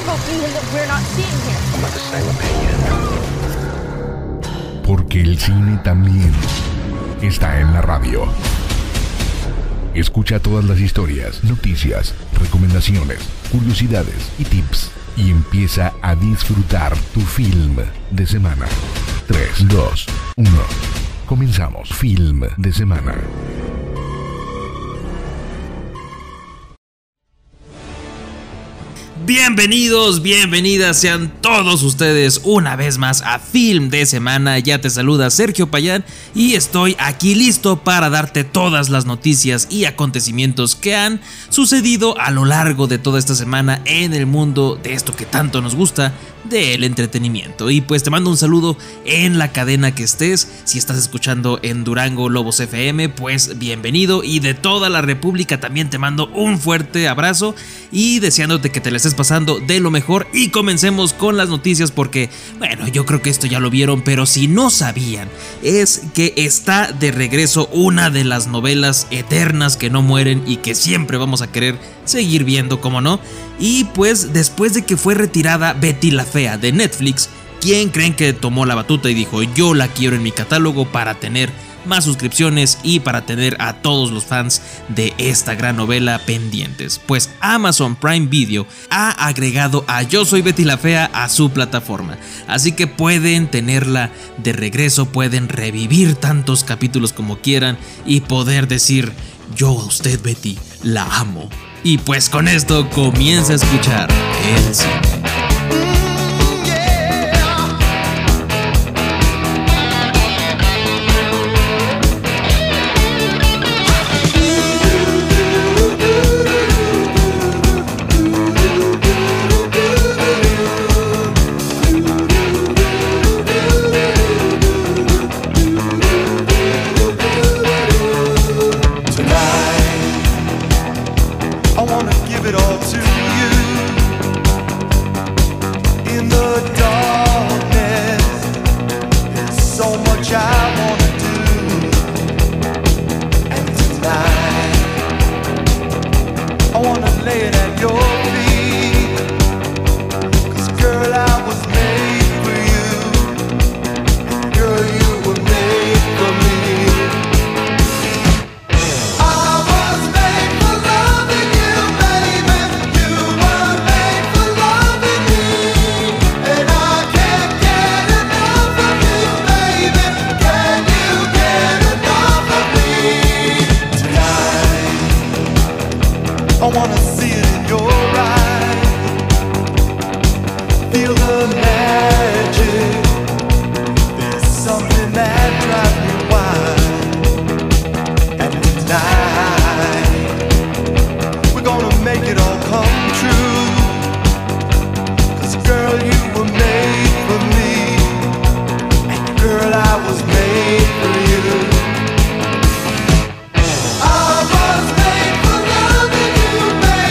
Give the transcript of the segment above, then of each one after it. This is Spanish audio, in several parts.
physical demon that we're not seeing here. I'm of the same opinion. Porque el cine también está en la radio. Escucha todas las historias, noticias, recomendaciones, curiosidades y tips. Y empieza a disfrutar tu film de semana. 3, 2, 1. Comenzamos. Film de semana. Bienvenidos, bienvenidas sean todos ustedes una vez más a Film de Semana. Ya te saluda Sergio Payán y estoy aquí listo para darte todas las noticias y acontecimientos que han sucedido a lo largo de toda esta semana en el mundo de esto que tanto nos gusta, del entretenimiento. Y pues te mando un saludo en la cadena que estés. Si estás escuchando en Durango Lobos FM, pues bienvenido, y de toda la república también te mando un fuerte abrazo y deseándote que te la estés pasando de lo mejor. Y comencemos con las noticias porque, bueno, yo creo que esto ya lo vieron, pero si no sabían, es que está de regreso una de las novelas eternas que no mueren y que siempre vamos a querer seguir viendo, como no. Y pues después de que fue retirada Betty la Fea de Netflix, ¿quién creen que tomó la batuta y dijo: yo la quiero en mi catálogo para tener más suscripciones y para tener a todos los fans de esta gran novela pendientes? Pues Amazon Prime Video ha agregado a Yo Soy Betty la Fea a su plataforma, así que pueden tenerla de regreso, pueden revivir tantos capítulos como quieran y poder decir: yo a usted, Betty, la amo. Y pues con esto comienza a escuchar el cine. I was made for loving you, baby.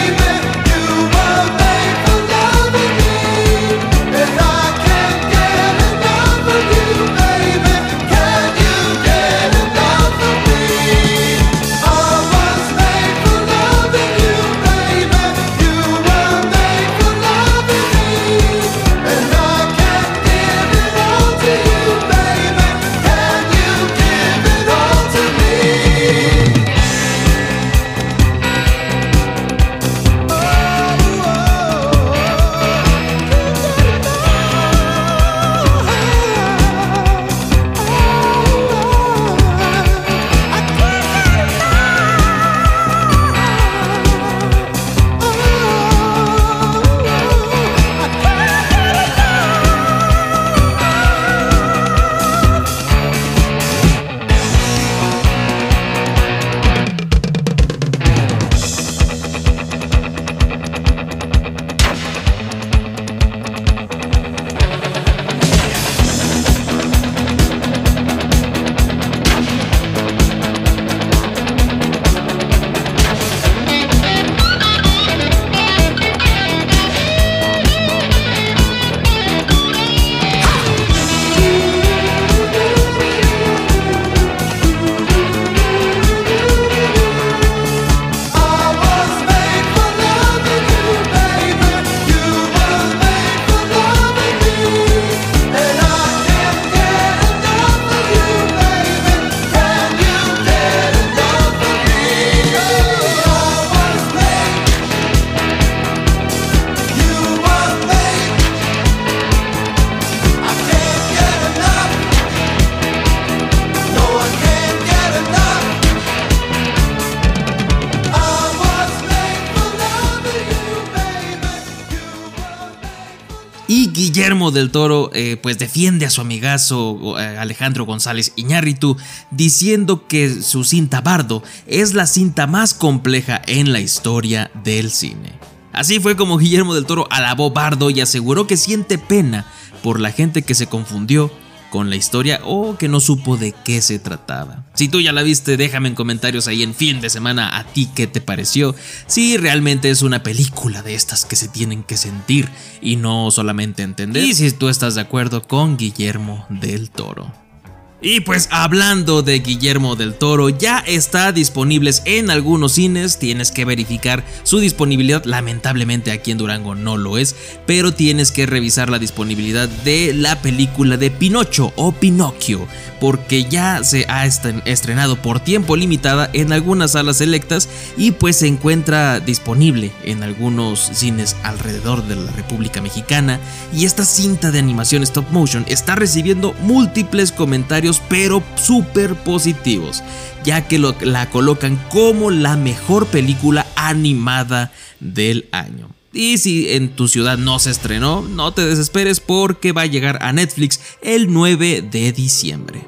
Guillermo del Toro pues defiende a su amigazo Alejandro González Iñárritu, diciendo que su cinta Bardo es la cinta más compleja en la historia del cine. Así fue como Guillermo del Toro alabó Bardo y aseguró que siente pena por la gente que se confundió con la historia o que no supo de qué se trataba. Si tú ya la viste, déjame en comentarios ahí en Fin de Semana a ti qué te pareció, si realmente es una película de estas que se tienen que sentir y no solamente entender, y si tú estás de acuerdo con Guillermo del Toro. Y pues hablando de Guillermo del Toro, ya está disponibles en algunos cines, tienes que verificar su disponibilidad, lamentablemente aquí en Durango no lo es, pero tienes que revisar la disponibilidad de la película de Pinocho o Pinocchio, porque ya se ha estrenado por tiempo limitado en algunas salas selectas y pues se encuentra disponible en algunos cines alrededor de la República Mexicana, y esta cinta de animación stop motion está recibiendo múltiples comentarios pero súper positivos, ya que la colocan como la mejor película animada del año. Y si en tu ciudad no se estrenó, no te desesperes porque va a llegar a Netflix el 9 de diciembre.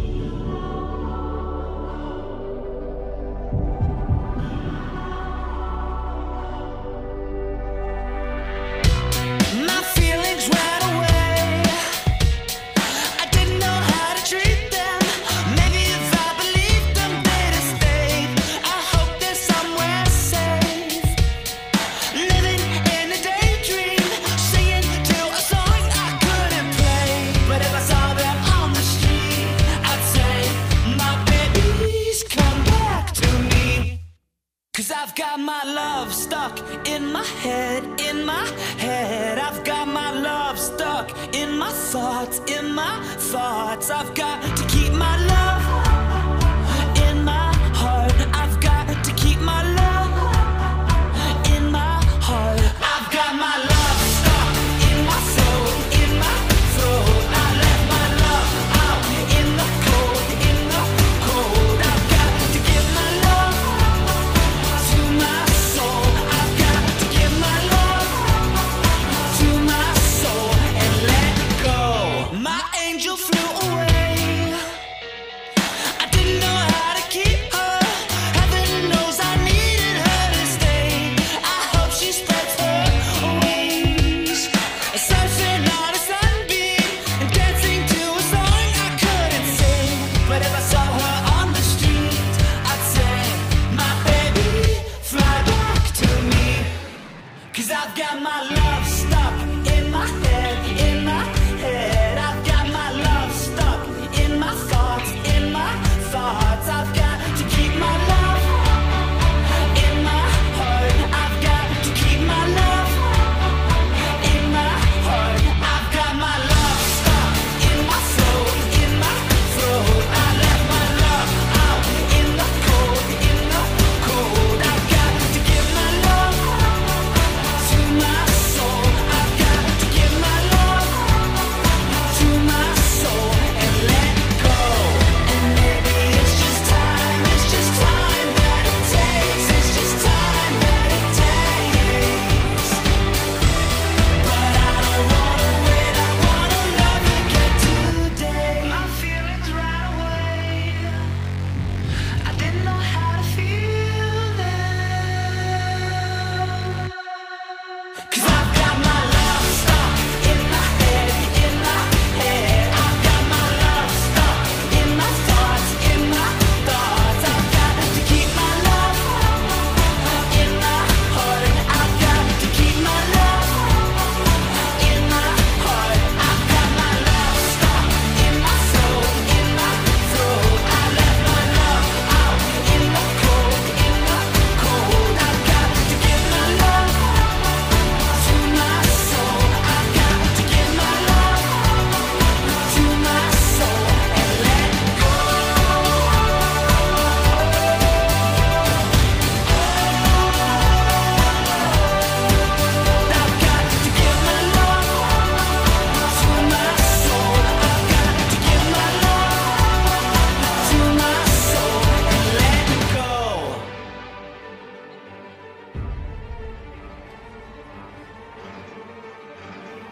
I've got my love stuck in my head, in my head. I've got my love stuck in my thoughts, in my thoughts. I've got to keep my love in my heart. I've got to keep my love in my heart. I've got my love stuck in my soul, in my throat. I left my love out in the cold, in the cold. I've got to give my love to my soul. I've got to give my love to my soul and let go. My angel flew away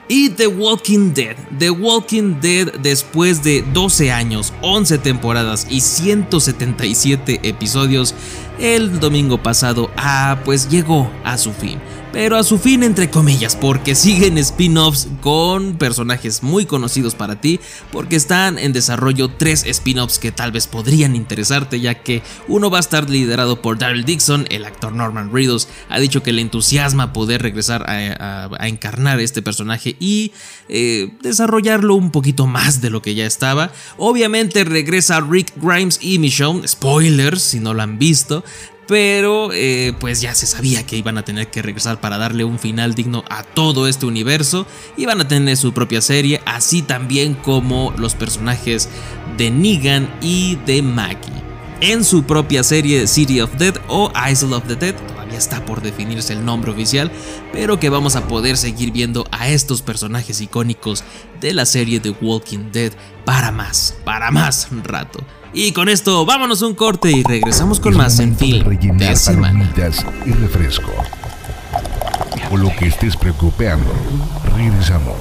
Y The Walking Dead. The Walking Dead, después de 12 años, 11 temporadas y 177 episodios, el domingo pasado pues llegó a su fin. Pero a su fin entre comillas, porque siguen spin-offs con personajes muy conocidos para ti, porque están en desarrollo 3 spin-offs que tal vez podrían interesarte, ya que uno va a estar liderado por Daryl Dixon. El actor Norman Reedus ha dicho que le entusiasma poder regresar a encarnar este personaje y desarrollarlo un poquito más de lo que ya estaba. Obviamente regresa Rick Grimes y Michonne, spoilers si no lo han visto, pero pues ya se sabía que iban a tener que regresar para darle un final digno a todo este universo. Iban a tener su propia serie, así también como los personajes de Negan y de Maggie. En su propia serie City of Dead o Isle of the Dead, todavía está por definirse el nombre oficial, pero que vamos a poder seguir viendo a estos personajes icónicos de la serie The Walking Dead para más rato. Y con esto vámonos a un corte y regresamos con más en Film de Semana. Y refresco. O lo que estés preocupando, regresamos.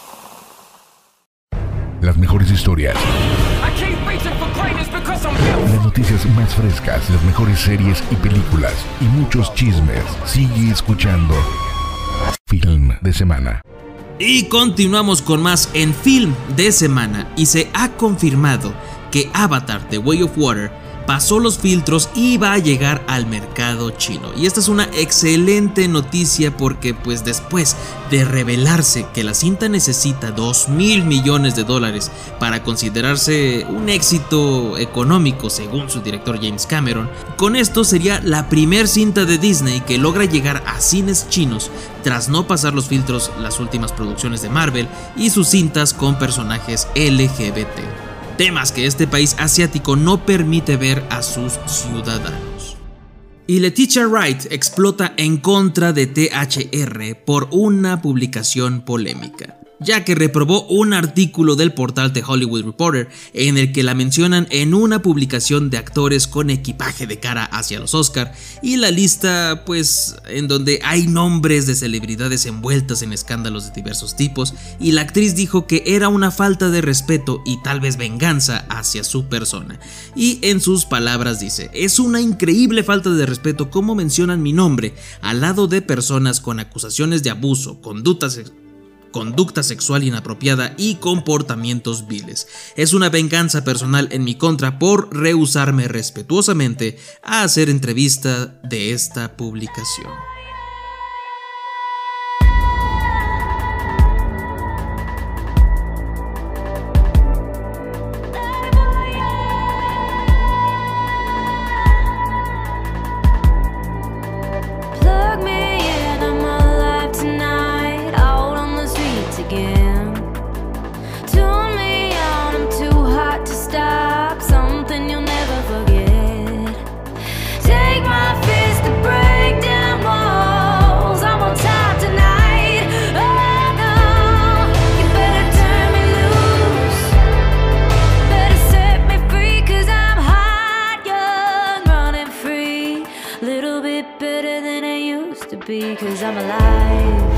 Las mejores historias, las noticias más frescas, las mejores series y películas y muchos chismes. Sigue escuchando Film de Semana. Y continuamos con más en Film de Semana, y se ha confirmado que Avatar: The Way of Water pasó los filtros y va a llegar al mercado chino. Y esta es una excelente noticia porque pues después de revelarse que la cinta necesita $2,000 millones para considerarse un éxito económico según su director James Cameron, con esto sería la primer cinta de Disney que logra llegar a cines chinos tras no pasar los filtros las últimas producciones de Marvel y sus cintas con personajes LGBT. Temas que este país asiático no permite ver a sus ciudadanos. Y Letitia Wright explota en contra de THR por una publicación polémica, ya que reprobó un artículo del portal The Hollywood Reporter en el que la mencionan en una publicación de actores con equipaje de cara hacia los Oscar, y la lista pues en donde hay nombres de celebridades envueltas en escándalos de diversos tipos, y la actriz dijo que era una falta de respeto y tal vez venganza hacia su persona. Y en sus palabras dice: "Es una increíble falta de respeto cómo mencionan mi nombre al lado de personas con acusaciones de abuso, conducta sexual inapropiada y comportamientos viles. Es una venganza personal en mi contra por rehusarme respetuosamente a hacer entrevista de esta publicación". Because I'm alive.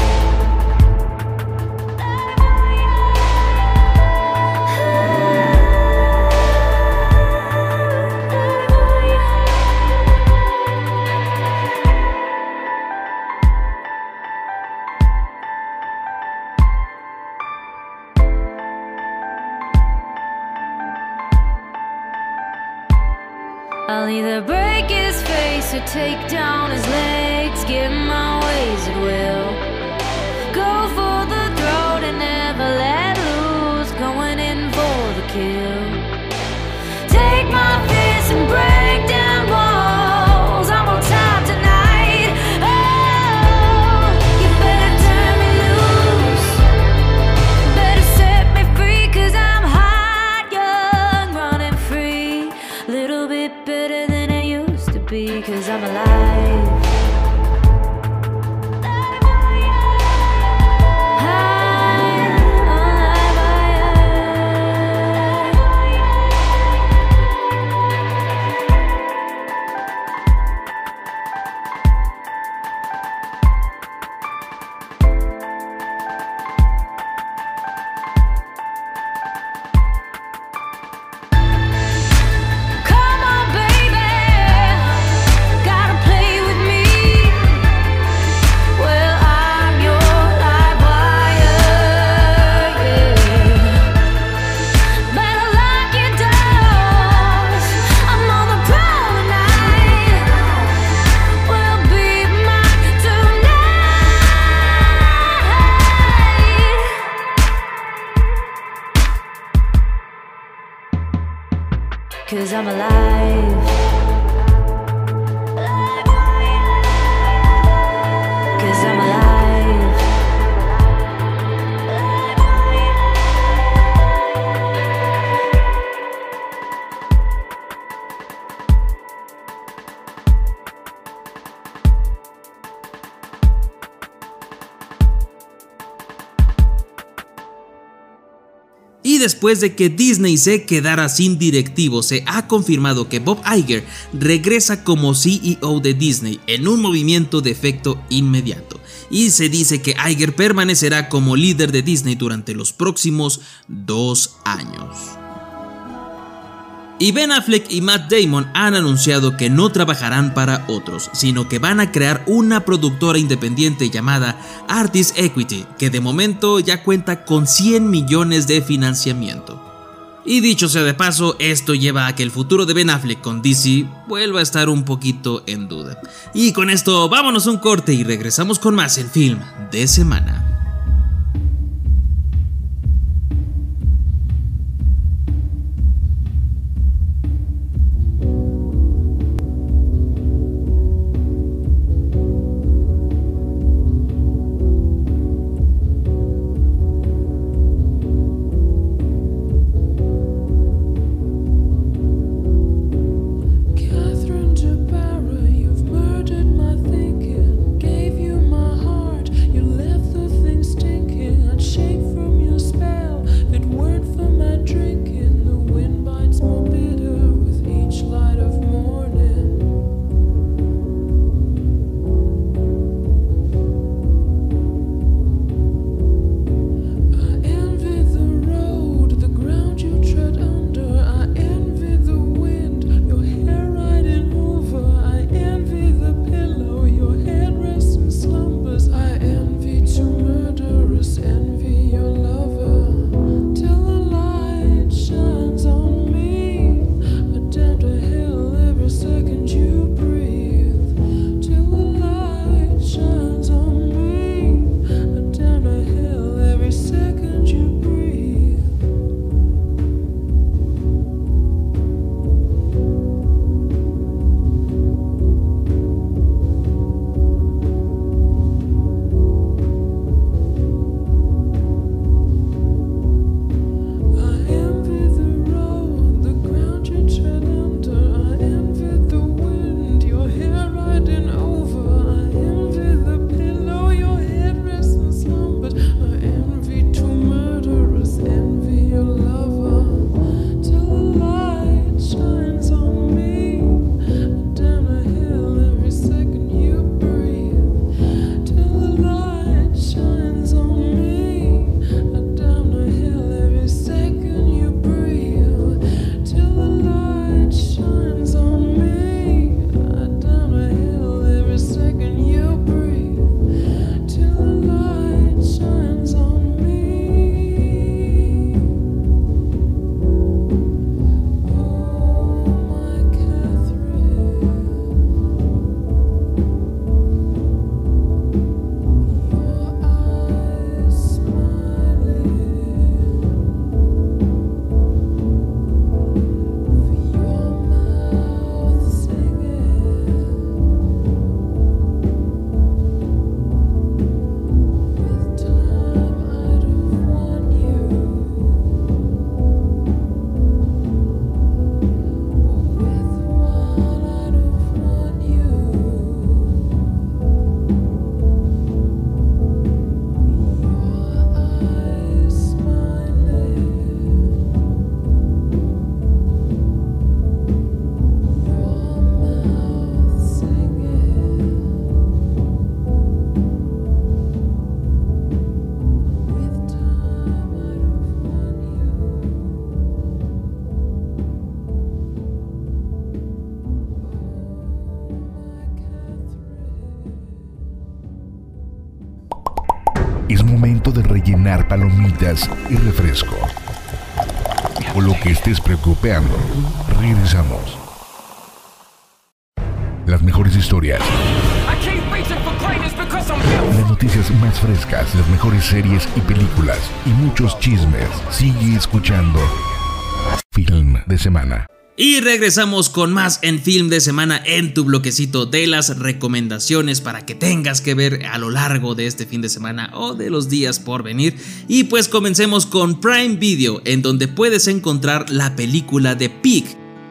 I'll either break his face or take down his legs, get my ways at will. Go for the throat and never let loose, going in for the kill. Take my fist and break down walls, I'm on top tonight. Oh, you better turn me loose, better set me free, 'cause I'm hot, young, running free. Little bit better than I used to be, 'cause I'm alive. I'm alive. 'Cause I'm alive. Y después de que Disney se quedara sin directivo, se ha confirmado que Bob Iger regresa como CEO de Disney en un movimiento de efecto inmediato. Y se dice que Iger permanecerá como líder de Disney durante los próximos 2 años. Y Ben Affleck y Matt Damon han anunciado que no trabajarán para otros, sino que van a crear una productora independiente llamada Artist Equity, que de momento ya cuenta con 100 millones de financiamiento. Y dicho sea de paso, esto lleva a que el futuro de Ben Affleck con DC vuelva a estar un poquito en duda. Y con esto vámonos a un corte y regresamos con más en Film de Semana. Es momento de rellenar palomitas y refresco. O lo que estés preocupando, regresamos. Las mejores historias, las noticias más frescas, las mejores series y películas y muchos chismes. Sigue escuchando Film de Semana. Y regresamos con más en Film de Semana en tu bloquecito de las recomendaciones para que tengas que ver a lo largo de este fin de semana o de los días por venir. Y pues comencemos con Prime Video, en donde puedes encontrar la película de Pig,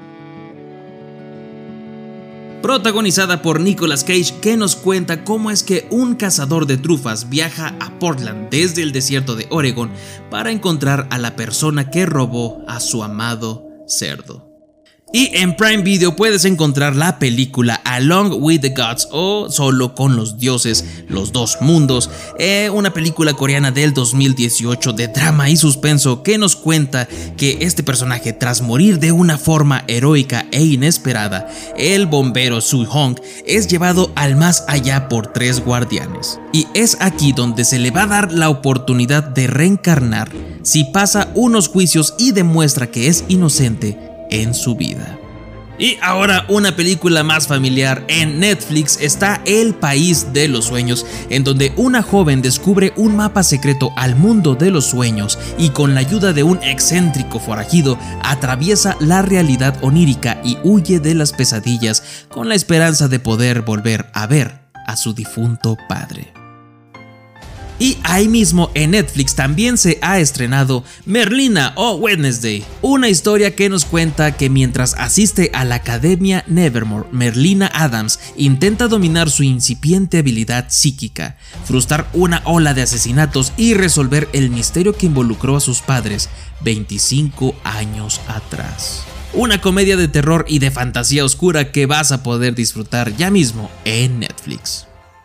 protagonizada por Nicolas Cage, que nos cuenta cómo es que un cazador de trufas viaja a Portland desde el desierto de Oregón para encontrar a la persona que robó a su amado cerdo. Y en Prime Video puedes encontrar la película Along with the Gods o Solo con los Dioses, los dos mundos, una película coreana del 2018 de drama y suspenso que nos cuenta que este personaje, tras morir de una forma heroica e inesperada, el bombero Soo-hong, es llevado al más allá por 3 guardianes. Y es aquí donde se le va a dar la oportunidad de reencarnar si pasa unos juicios y demuestra que es inocente en su vida. Y ahora una película más familiar en Netflix está El País de los Sueños, en donde una joven descubre un mapa secreto al mundo de los sueños y con la ayuda de un excéntrico forajido atraviesa la realidad onírica y huye de las pesadillas con la esperanza de poder volver a ver a su difunto padre. Y ahí mismo en Netflix también se ha estrenado Merlina o Wednesday, una historia que nos cuenta que mientras asiste a la Academia Nevermore, Merlina Adams intenta dominar su incipiente habilidad psíquica, frustrar una ola de asesinatos y resolver el misterio que involucró a sus padres 25 años atrás. Una comedia de terror y de fantasía oscura que vas a poder disfrutar ya mismo en Netflix.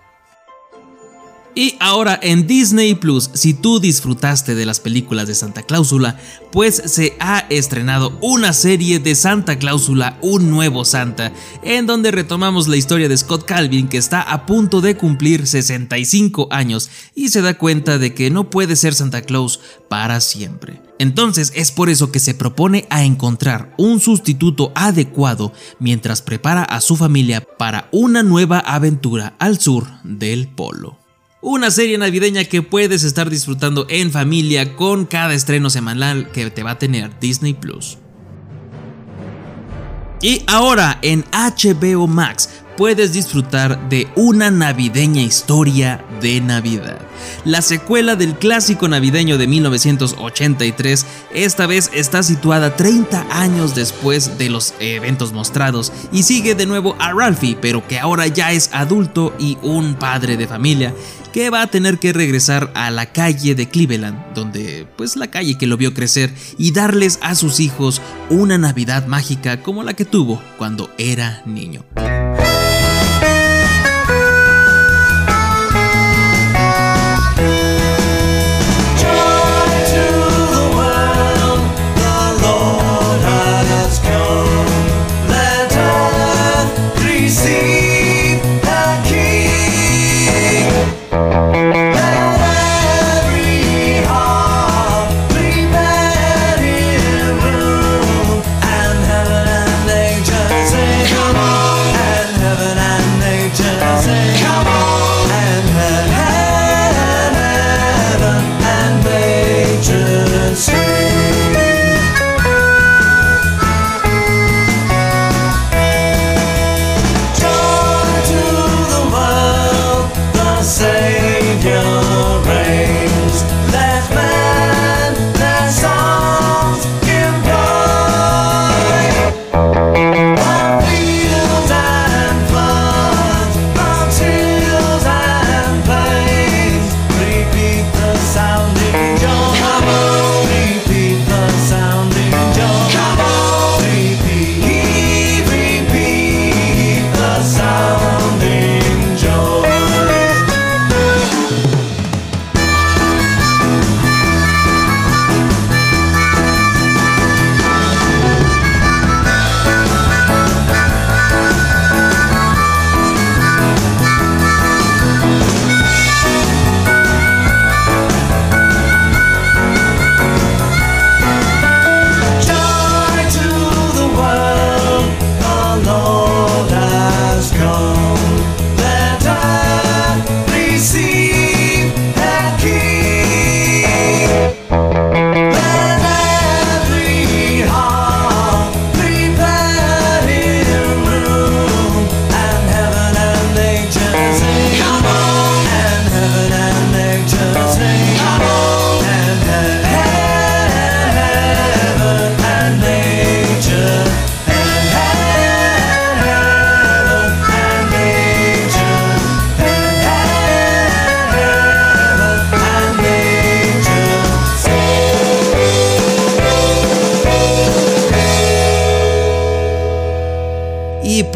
Y ahora en Disney Plus, si tú disfrutaste de las películas de Santa Cláusula, pues se ha estrenado una serie de Santa Cláusula, un nuevo Santa, en donde retomamos la historia de Scott Calvin, que está a punto de cumplir 65 años y se da cuenta de que no puede ser Santa Claus para siempre. Entonces es por eso que se propone a encontrar un sustituto adecuado mientras prepara a su familia para una nueva aventura al sur del Polo. Una serie navideña que puedes estar disfrutando en familia con cada estreno semanal que te va a tener Disney Plus. Y ahora en HBO Max puedes disfrutar de Una navideña historia de Navidad, la secuela del clásico navideño de 1983. Esta vez está situada 30 años después de los eventos mostrados y sigue de nuevo a Ralphie, pero que ahora ya es adulto y un padre de familia que va a tener que regresar a la calle de Cleveland, donde pues la calle que lo vio crecer, y darles a sus hijos una Navidad mágica como la que tuvo cuando era niño.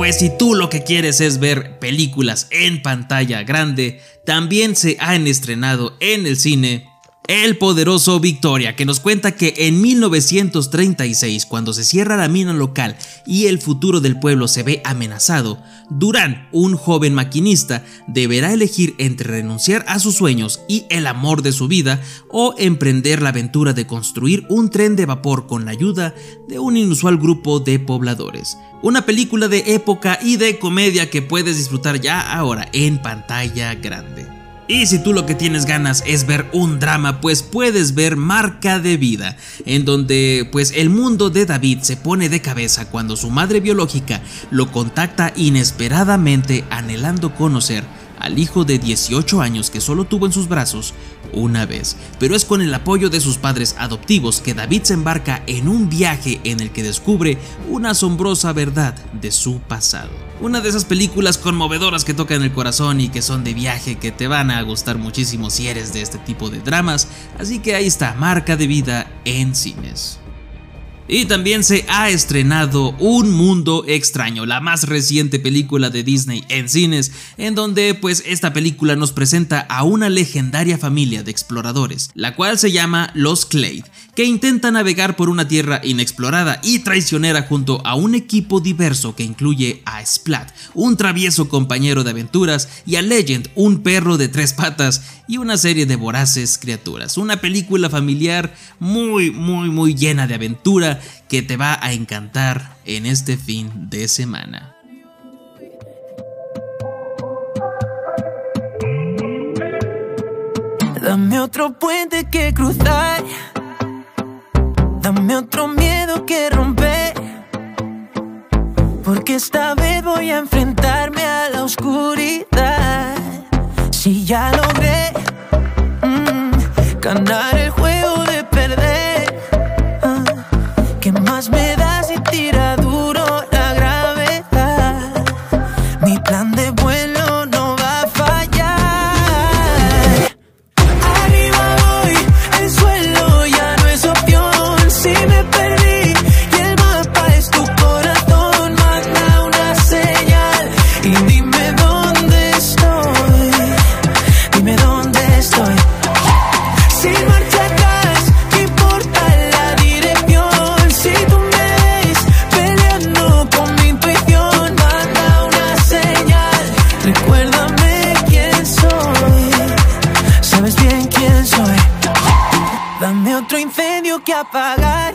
pues si tú lo que quieres es ver películas en pantalla grande, también se han estrenado en el cine El poderoso Victoria, que nos cuenta que en 1936, cuando se cierra la mina local y el futuro del pueblo se ve amenazado, Durán, un joven maquinista, deberá elegir entre renunciar a sus sueños y el amor de su vida o emprender la aventura de construir un tren de vapor con la ayuda de un inusual grupo de pobladores. Una película de época y de comedia que puedes disfrutar ya ahora en pantalla grande. Y si tú lo que tienes ganas es ver un drama, pues puedes ver Marca de Vida, en donde pues el mundo de David se pone de cabeza cuando su madre biológica lo contacta inesperadamente anhelando conocer al hijo de 18 años que solo tuvo en sus brazos una vez, pero es con el apoyo de sus padres adoptivos que David se embarca en un viaje en el que descubre una asombrosa verdad de su pasado. Una de esas películas conmovedoras que tocan el corazón y que son de viaje, que te van a gustar muchísimo si eres de este tipo de dramas, así que ahí está, Marca de Vida en cines. Y también se ha estrenado Un Mundo Extraño, la más reciente película de Disney en cines, en donde pues esta película nos presenta a una legendaria familia de exploradores, la cual se llama los Clade, que intenta navegar por una tierra inexplorada y traicionera junto a un equipo diverso que incluye a Splat, un travieso compañero de aventuras, y a Legend, un perro de 3 patas, y una serie de voraces criaturas. Una película familiar muy llena de aventura que te va a encantar en este fin de semana. Dame otro puente que cruzar, dame otro miedo que romper, porque esta vez voy a enfrentarme a la oscuridad. Si ya logré ganar el juego de perder, ¿qué más me da si tira duro la gravedad? Mi plan de vuelo no va a fallar. Arriba voy, el suelo ya no es opción. Si me perdí y el mapa es tu corazón, manda una señal y dime dónde estoy. Dime dónde estoy. Sin marcha atrás, ¿qué importa la dirección? Si tú me ves peleando con mi intuición, manda una señal, recuérdame quién soy. Sabes bien quién soy. Dame otro incendio que apagar,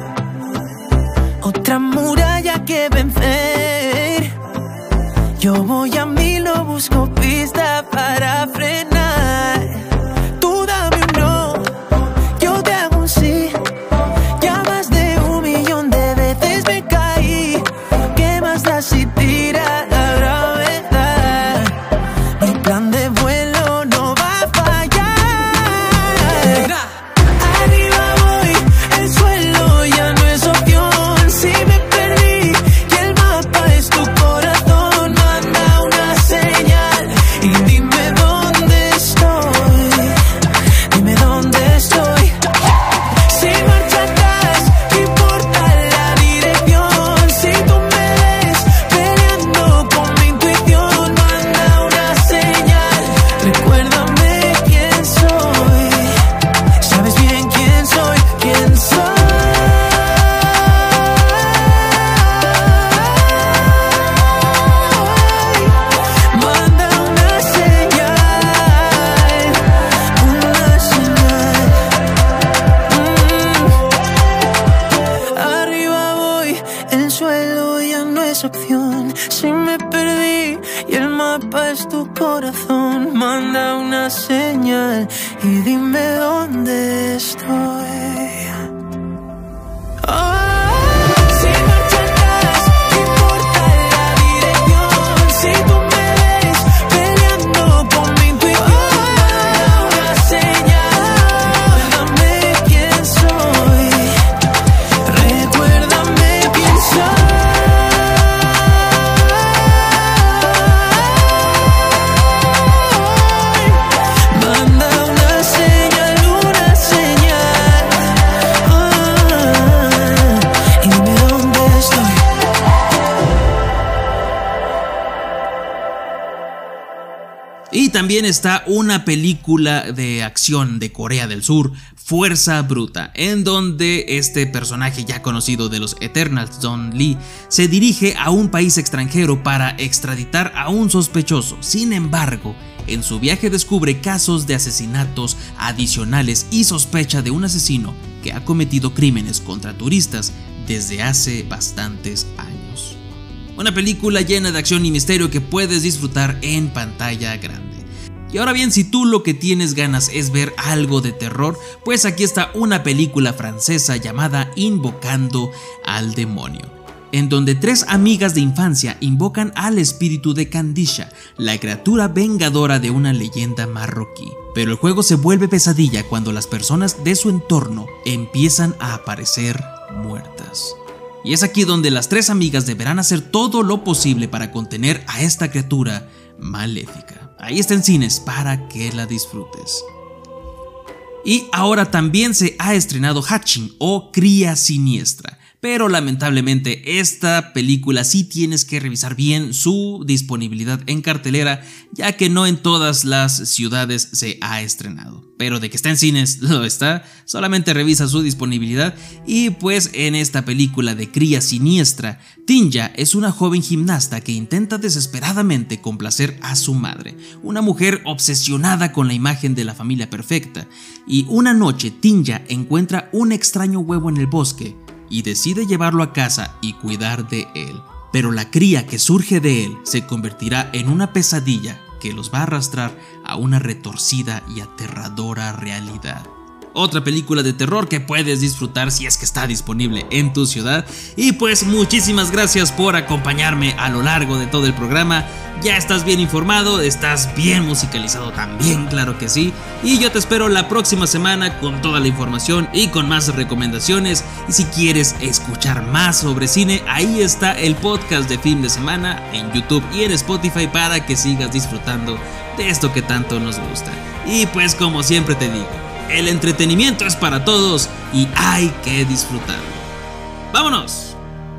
otra muralla que vencer. Yo voy a mí, lo busco pista para frenar. Tú dame un no, yo te hago un sí. Ya más de 1.000.000 de veces me caí. ¿Qué más da si tira la gravedad? Mi plan de vuelo no va a fallar. Arriba voy, el suelo ya no es opción. Si me perdí y el mapa es tu corazón, manda una señal y dime dónde estoy. Dime dónde estoy. Sin marcha atrás, ¿qué importa la dirección? Si tú me ves peleando con mi intuición, manda una señal, recuérdame quién soy. Sabes bien quién soy, quién soy. Manda una señal, una señal. Arriba voy, el suelo ya no es opción. Si me perdí y el mapa es tu corazón, manda una señal y dime dónde estoy. Sin marcha atrás, ¿qué importa la dirección? Si tú me ves peleando con mi intuición, manda una señal. Recuérdame quién soy. Recuérdame quién soy. Manda una señal, una señal. Y también está una película de acción de Corea del Sur, Fuerza Bruta, en donde este personaje ya conocido de los Eternals, Don Lee, se dirige a un país extranjero para extraditar a un sospechoso. Sin embargo, en su viaje descubre casos de asesinatos adicionales y sospecha de un asesino que ha cometido crímenes contra turistas desde hace bastantes años. Una película llena de acción y misterio que puedes disfrutar en pantalla grande. Y ahora bien, si tú lo que tienes ganas es ver algo de terror, pues aquí está una película francesa llamada Invocando al Demonio, en donde 3 amigas de infancia invocan al espíritu de Kandisha, la criatura vengadora de una leyenda marroquí. Pero el juego se vuelve pesadilla cuando las personas de su entorno empiezan a aparecer muertas. Y es aquí donde las 3 amigas deberán hacer todo lo posible para contener a esta criatura maléfica. Ahí está en cines para que la disfrutes. Y ahora también se ha estrenado Hatching o Cría Siniestra, pero lamentablemente esta película sí tienes que revisar bien su disponibilidad en cartelera, ya que no en todas las ciudades se ha estrenado. Pero de que está en cines, lo está, solamente revisa su disponibilidad. Y pues en esta película de Cría Siniestra, Tinja es una joven gimnasta que intenta desesperadamente complacer a su madre, una mujer obsesionada con la imagen de la familia perfecta. Y una noche Tinja encuentra un extraño huevo en el bosque y decide llevarlo a casa y cuidar de él. Pero la cría que surge de él se convertirá en una pesadilla que los va a arrastrar a una retorcida y aterradora realidad. Otra película de terror que puedes disfrutar si es que está disponible en tu ciudad. Y pues muchísimas gracias por acompañarme a lo largo de todo el programa. Ya estás bien informado, estás bien musicalizado también, claro que sí. Y yo te espero la próxima semana con toda la información y con más recomendaciones. Y si quieres escuchar más sobre cine, ahí está el podcast de Film de Semana en YouTube y en Spotify para que sigas disfrutando de esto que tanto nos gusta. Y pues como siempre te digo, el entretenimiento es para todos y hay que disfrutarlo. ¡Vámonos!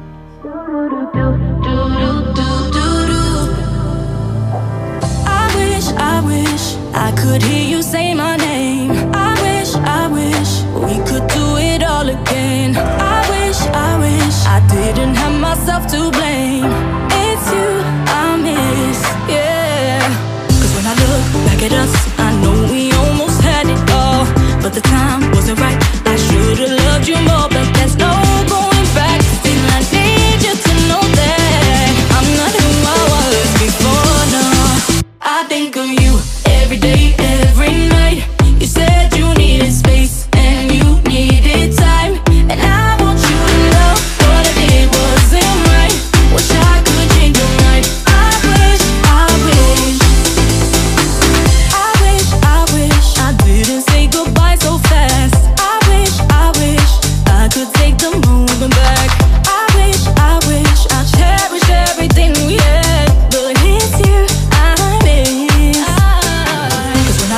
I wish I could hear you say my name. I wish we could do it all again. I wish I didn't have myself to blame. It's you I miss, yeah. 'Cause when I look back at us, I know we almost had it all, but the time wasn't right. I should've loved you more, but there's no going back. Still I need you to know that I'm not who I was before, no. I think of you every day, every night. You said you needed space and you needed time, and I want you to know what I did wasn't right. Wish I could change your mind. I wish I didn't say goodbye so fast. I wish I could take the moment back. I wish I cherish everything we had, but it's you I miss. 'Cause when I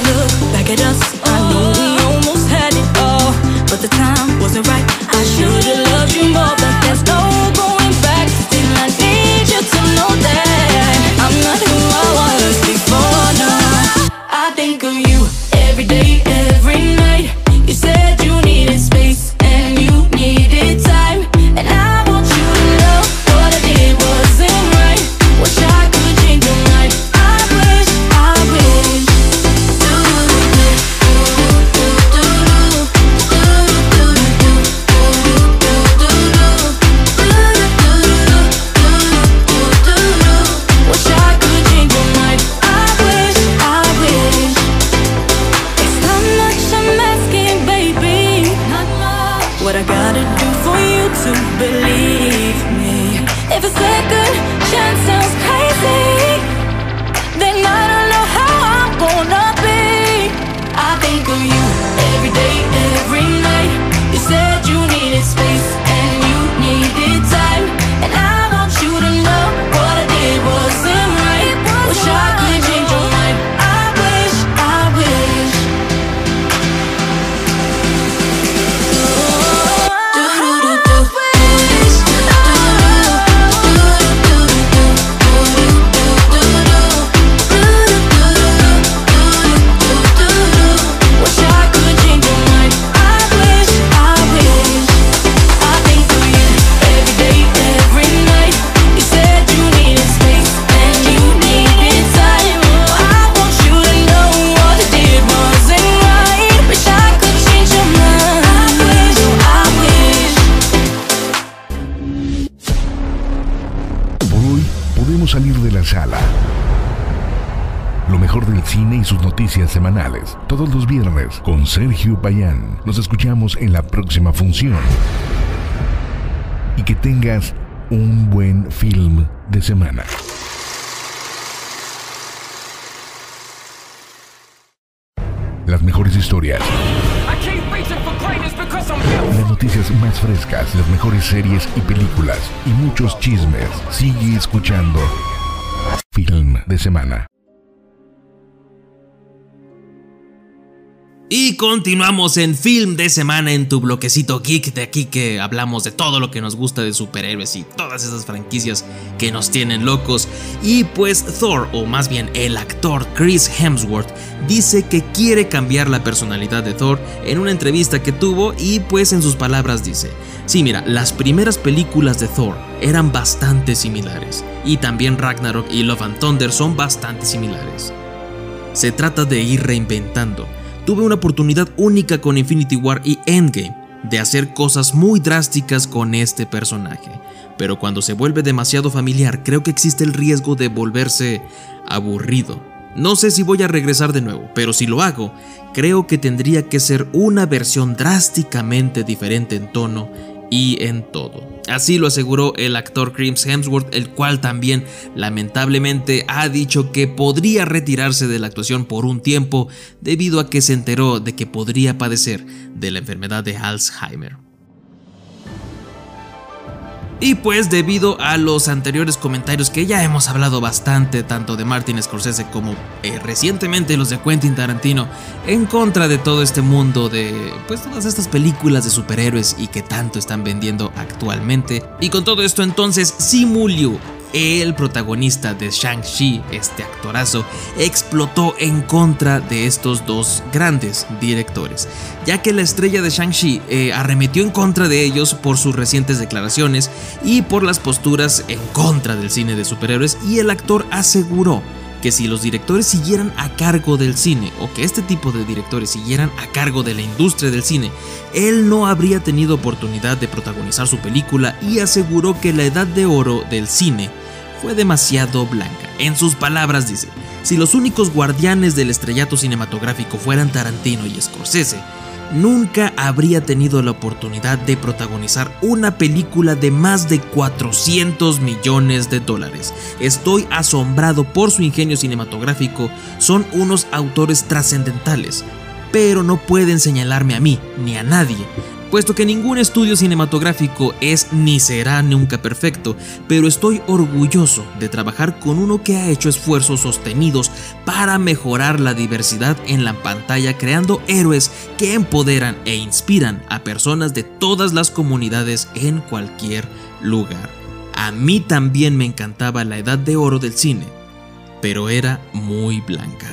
lo mejor del cine y sus noticias semanales, todos los viernes con Sergio Payán. Nos escuchamos en la próxima función. Y que tengas un buen film de semana. Las mejores historias, las noticias más frescas, las mejores series y películas y muchos chismes. Sigue escuchando Film de Semana. Y continuamos en Film de Semana en tu bloquecito geek, de aquí que hablamos de todo lo que nos gusta de superhéroes y todas esas franquicias que nos tienen locos. Y pues Thor, o más bien el actor Chris Hemsworth, dice que quiere cambiar la personalidad de Thor en una entrevista que tuvo, y pues en sus palabras dice: sí, mira, las primeras películas de Thor eran bastante similares, y también Ragnarok y Love and Thunder son bastante similares. Se trata de ir reinventando. Tuve una oportunidad única con Infinity War y Endgame de hacer cosas muy drásticas con este personaje, pero cuando se vuelve demasiado familiar creo que existe el riesgo de volverse aburrido. No sé si voy a regresar de nuevo, pero si lo hago, creo que tendría que ser una versión drásticamente diferente en tono y en todo. Así lo aseguró el actor Chris Hemsworth, el cual también lamentablemente ha dicho que podría retirarse de la actuación por un tiempo debido a que se enteró de que podría padecer de la enfermedad de Alzheimer. Y pues debido a los anteriores comentarios que ya hemos hablado bastante, tanto de Martin Scorsese como recientemente los de Quentin Tarantino, en contra de todo este mundo de pues todas estas películas de superhéroes y que tanto están vendiendo actualmente. Y con todo esto entonces Simu Liu, el protagonista de Shang-Chi, este actorazo, explotó en contra de estos dos grandes directores, ya que la estrella de Shang-Chi arremetió en contra de ellos por sus recientes declaraciones y por las posturas en contra del cine de superhéroes, y el actor aseguró que si los directores siguieran a cargo del cine, o que este tipo de directores siguieran a cargo de la industria del cine, él no habría tenido oportunidad de protagonizar su película, y aseguró que la edad de oro del cine fue demasiado blanca. En sus palabras dice: si los únicos guardianes del estrellato cinematográfico fueran Tarantino y Scorsese, nunca habría tenido la oportunidad de protagonizar una película de más de 400 millones de dólares. Estoy asombrado por su ingenio cinematográfico, son unos autores trascendentales, pero no pueden señalarme a mí ni a nadie, puesto que ningún estudio cinematográfico es ni será nunca perfecto, pero estoy orgulloso de trabajar con uno que ha hecho esfuerzos sostenidos para mejorar la diversidad en la pantalla, creando héroes que empoderan e inspiran a personas de todas las comunidades en cualquier lugar. A mí también me encantaba la edad de oro del cine, pero era muy blanca.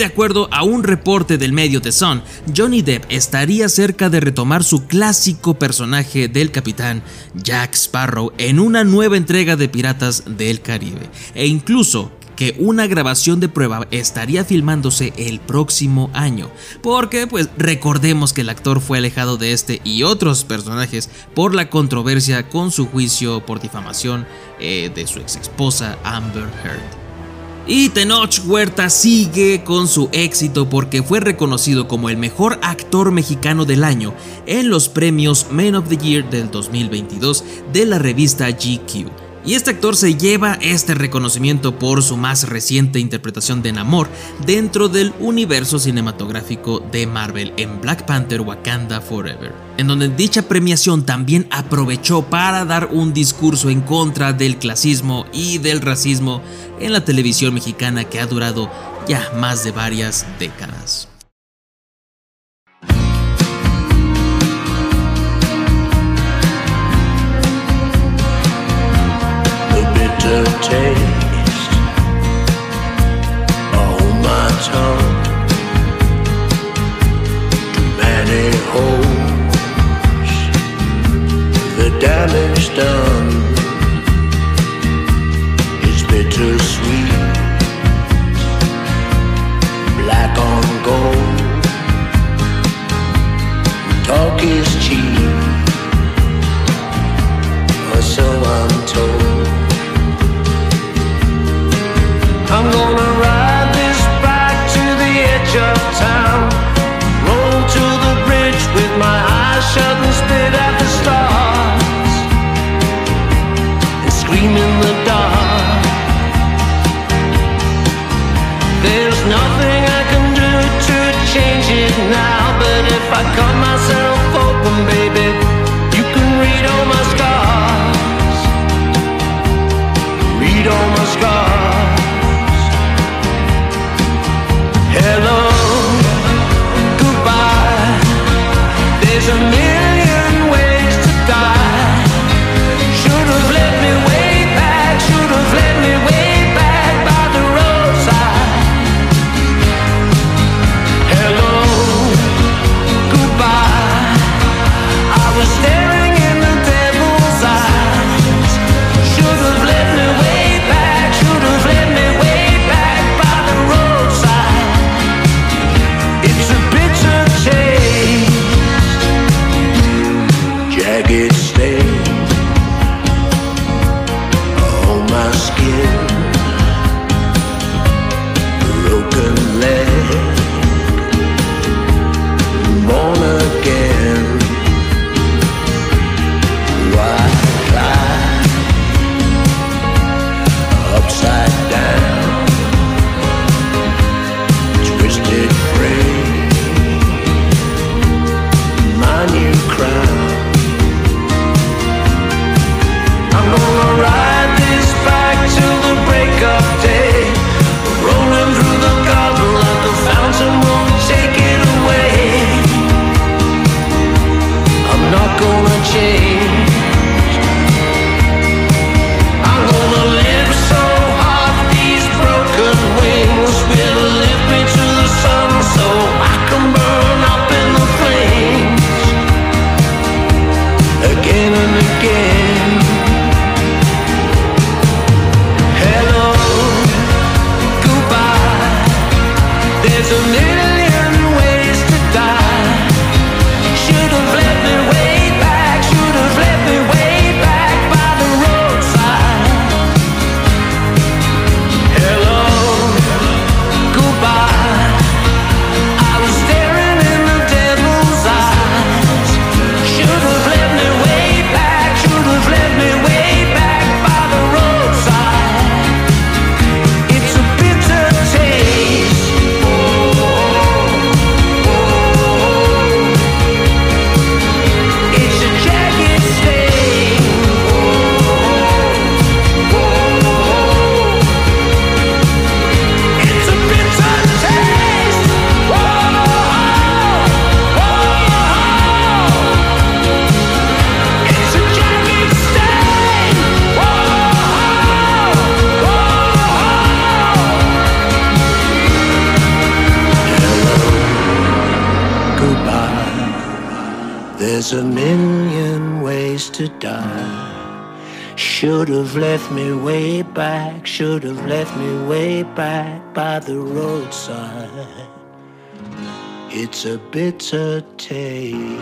de acuerdo a un reporte del medio The Sun, Johnny Depp estaría cerca de retomar su clásico personaje del capitán Jack Sparrow en una nueva entrega de Piratas del Caribe, e incluso que una grabación de prueba estaría filmándose el próximo año, porque pues recordemos que el actor fue alejado de este y otros personajes por la controversia con su juicio por difamación de su ex esposa Amber Heard. Y Tenoch Huerta sigue con su éxito porque fue reconocido como el mejor actor mexicano del año en los premios Men of the Year del 2022 de la revista GQ. Y este actor se lleva este reconocimiento por su más reciente interpretación de Namor dentro del universo cinematográfico de Marvel en Black Panther: Wakanda Forever, en donde dicha premiación también aprovechó para dar un discurso en contra del clasismo y del racismo en la televisión mexicana que ha durado ya más de varias décadas. Taste on my tongue. Too many holes, the damage done is bittersweet. Black on gold, talk is cheap, or so I'm told. I'm gonna ride this bike to the edge of town, roll to the bridge with my eyes shut and spit at the stars, and scream in the dark. There's nothing I can do to change it now, but if I cut myself open, baby, you can read all my scars, read all my scars. Hello, goodbye. There's a million ways to die. Should have led me way back. Should have led me way back by the roadside. Hello, goodbye. I was staring in the devil's eyes. Should have led me way back. Should have led me way back by the roadside. It's a bitter taste, jagged stain on my skin, broken leg, born again. Why lie upside down, twisted frame, my new crown. I'm gonna ride this bike till the break of day, rolling through the garden like the fountain won't take it away. There's a million ways to die. Should have left me way back, should have left me way back by the roadside. It's a bitter taste.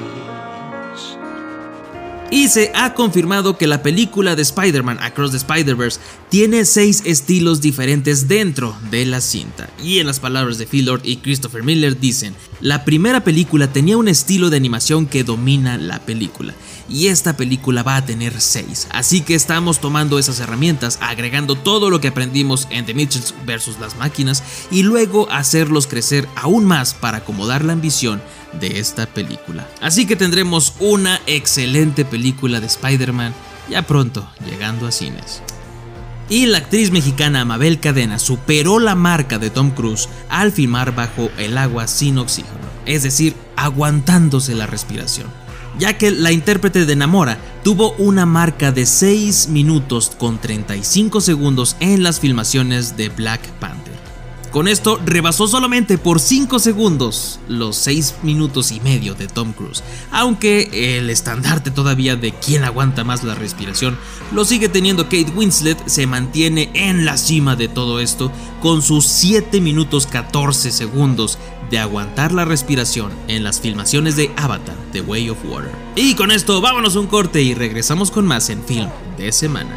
Y se ha confirmado que la película de Spider-Man Across the Spider-Verse tiene 6 estilos diferentes dentro de la cinta. Y en las palabras de Phil Lord y Christopher Miller dicen: la primera película tenía un estilo de animación que domina la película, y esta película va a tener 6. Así que estamos tomando esas herramientas, agregando todo lo que aprendimos en The Mitchells vs. las máquinas, y luego hacerlos crecer aún más para acomodar la ambición de esta película. Así que tendremos una excelente película de Spider-Man ya pronto llegando a cines. Y la actriz mexicana Mabel Cadena superó la marca de Tom Cruise al filmar bajo el agua sin oxígeno, es decir, aguantándose la respiración, ya que la intérprete de Namora tuvo una marca de 6 minutos con 35 segundos en las filmaciones de Black Panther. Con esto rebasó solamente por 5 segundos los 6 minutos y medio de Tom Cruise, aunque el estandarte todavía de quién aguanta más la respiración lo sigue teniendo Kate Winslet. Se mantiene en la cima de todo esto con sus 7 minutos 14 segundos de aguantar la respiración en las filmaciones de Avatar: The Way of Water. Y con esto vámonos a un corte y regresamos con más en Film de Semana.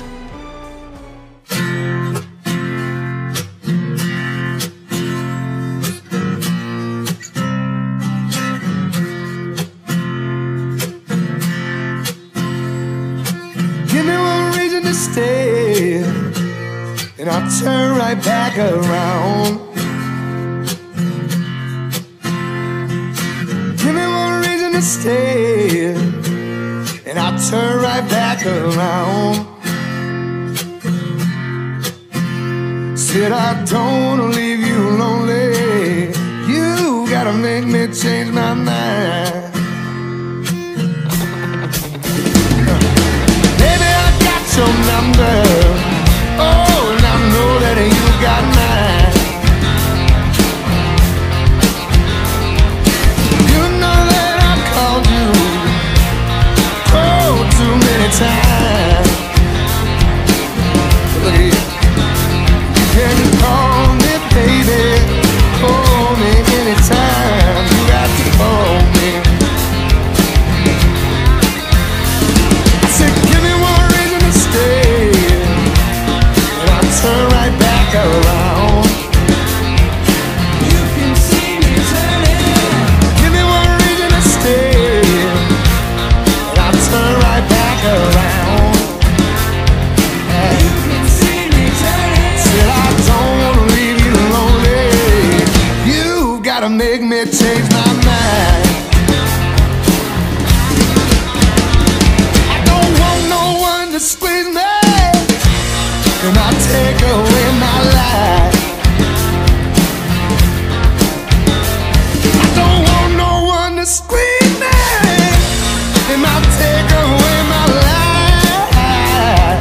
And I'll turn right back around. Give me one reason to stay, and I'll turn right back around. Said I don't wanna leave you lonely. You gotta make me change my mind. Baby, I got your number. Oh, and I know that you got mine. You know that I called you, oh, too many times. Look at you. You can call me, baby, call me anytime. You got to call me. I said, give me one reason to stay, turn right back around. You can see me turning. Give me one reason to stay, and I'll turn right back around. You can see me turning. Said I don't wanna leave you lonely. You gotta make me change my mind. I don't want no one to squeeze me and I'll take away my life. I don't want no one to squeeze me, and I'll take away my life.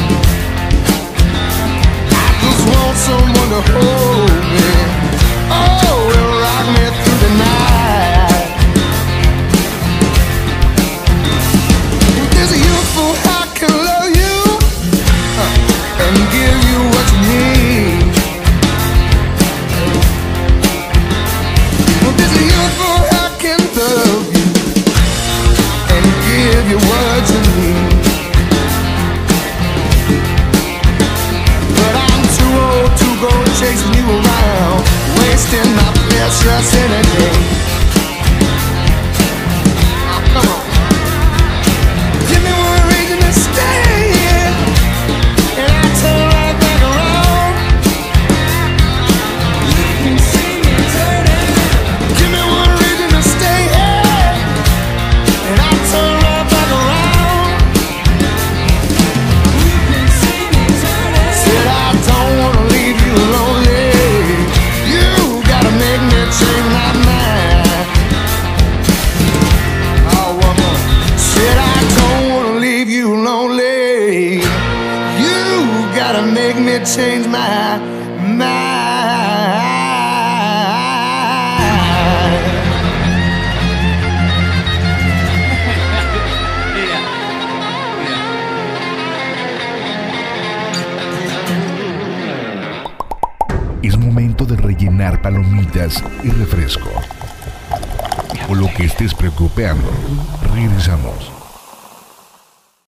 I just want someone to hold me, oh, and rock me through the night. If there's a youthful I can love you and give you what you need. Well, there's a youthful I can love you and give you what you need. But I'm too old to go chasing you around, wasting my precious energy. Oh, come on. Give me one reason to stay, and I'll turn right back around. You can see me turning. Give me one reason to stay here, and I'll turn right back around. You can see me turning. Said I don't wanna leave you lonely. You gotta make me change my mind. Oh, one more. Said I don't wanna leave you lonely. You gotta make me change my mind. Es momento de rellenar palomitas y refresco. O lo que estés preocupando. Regresamos.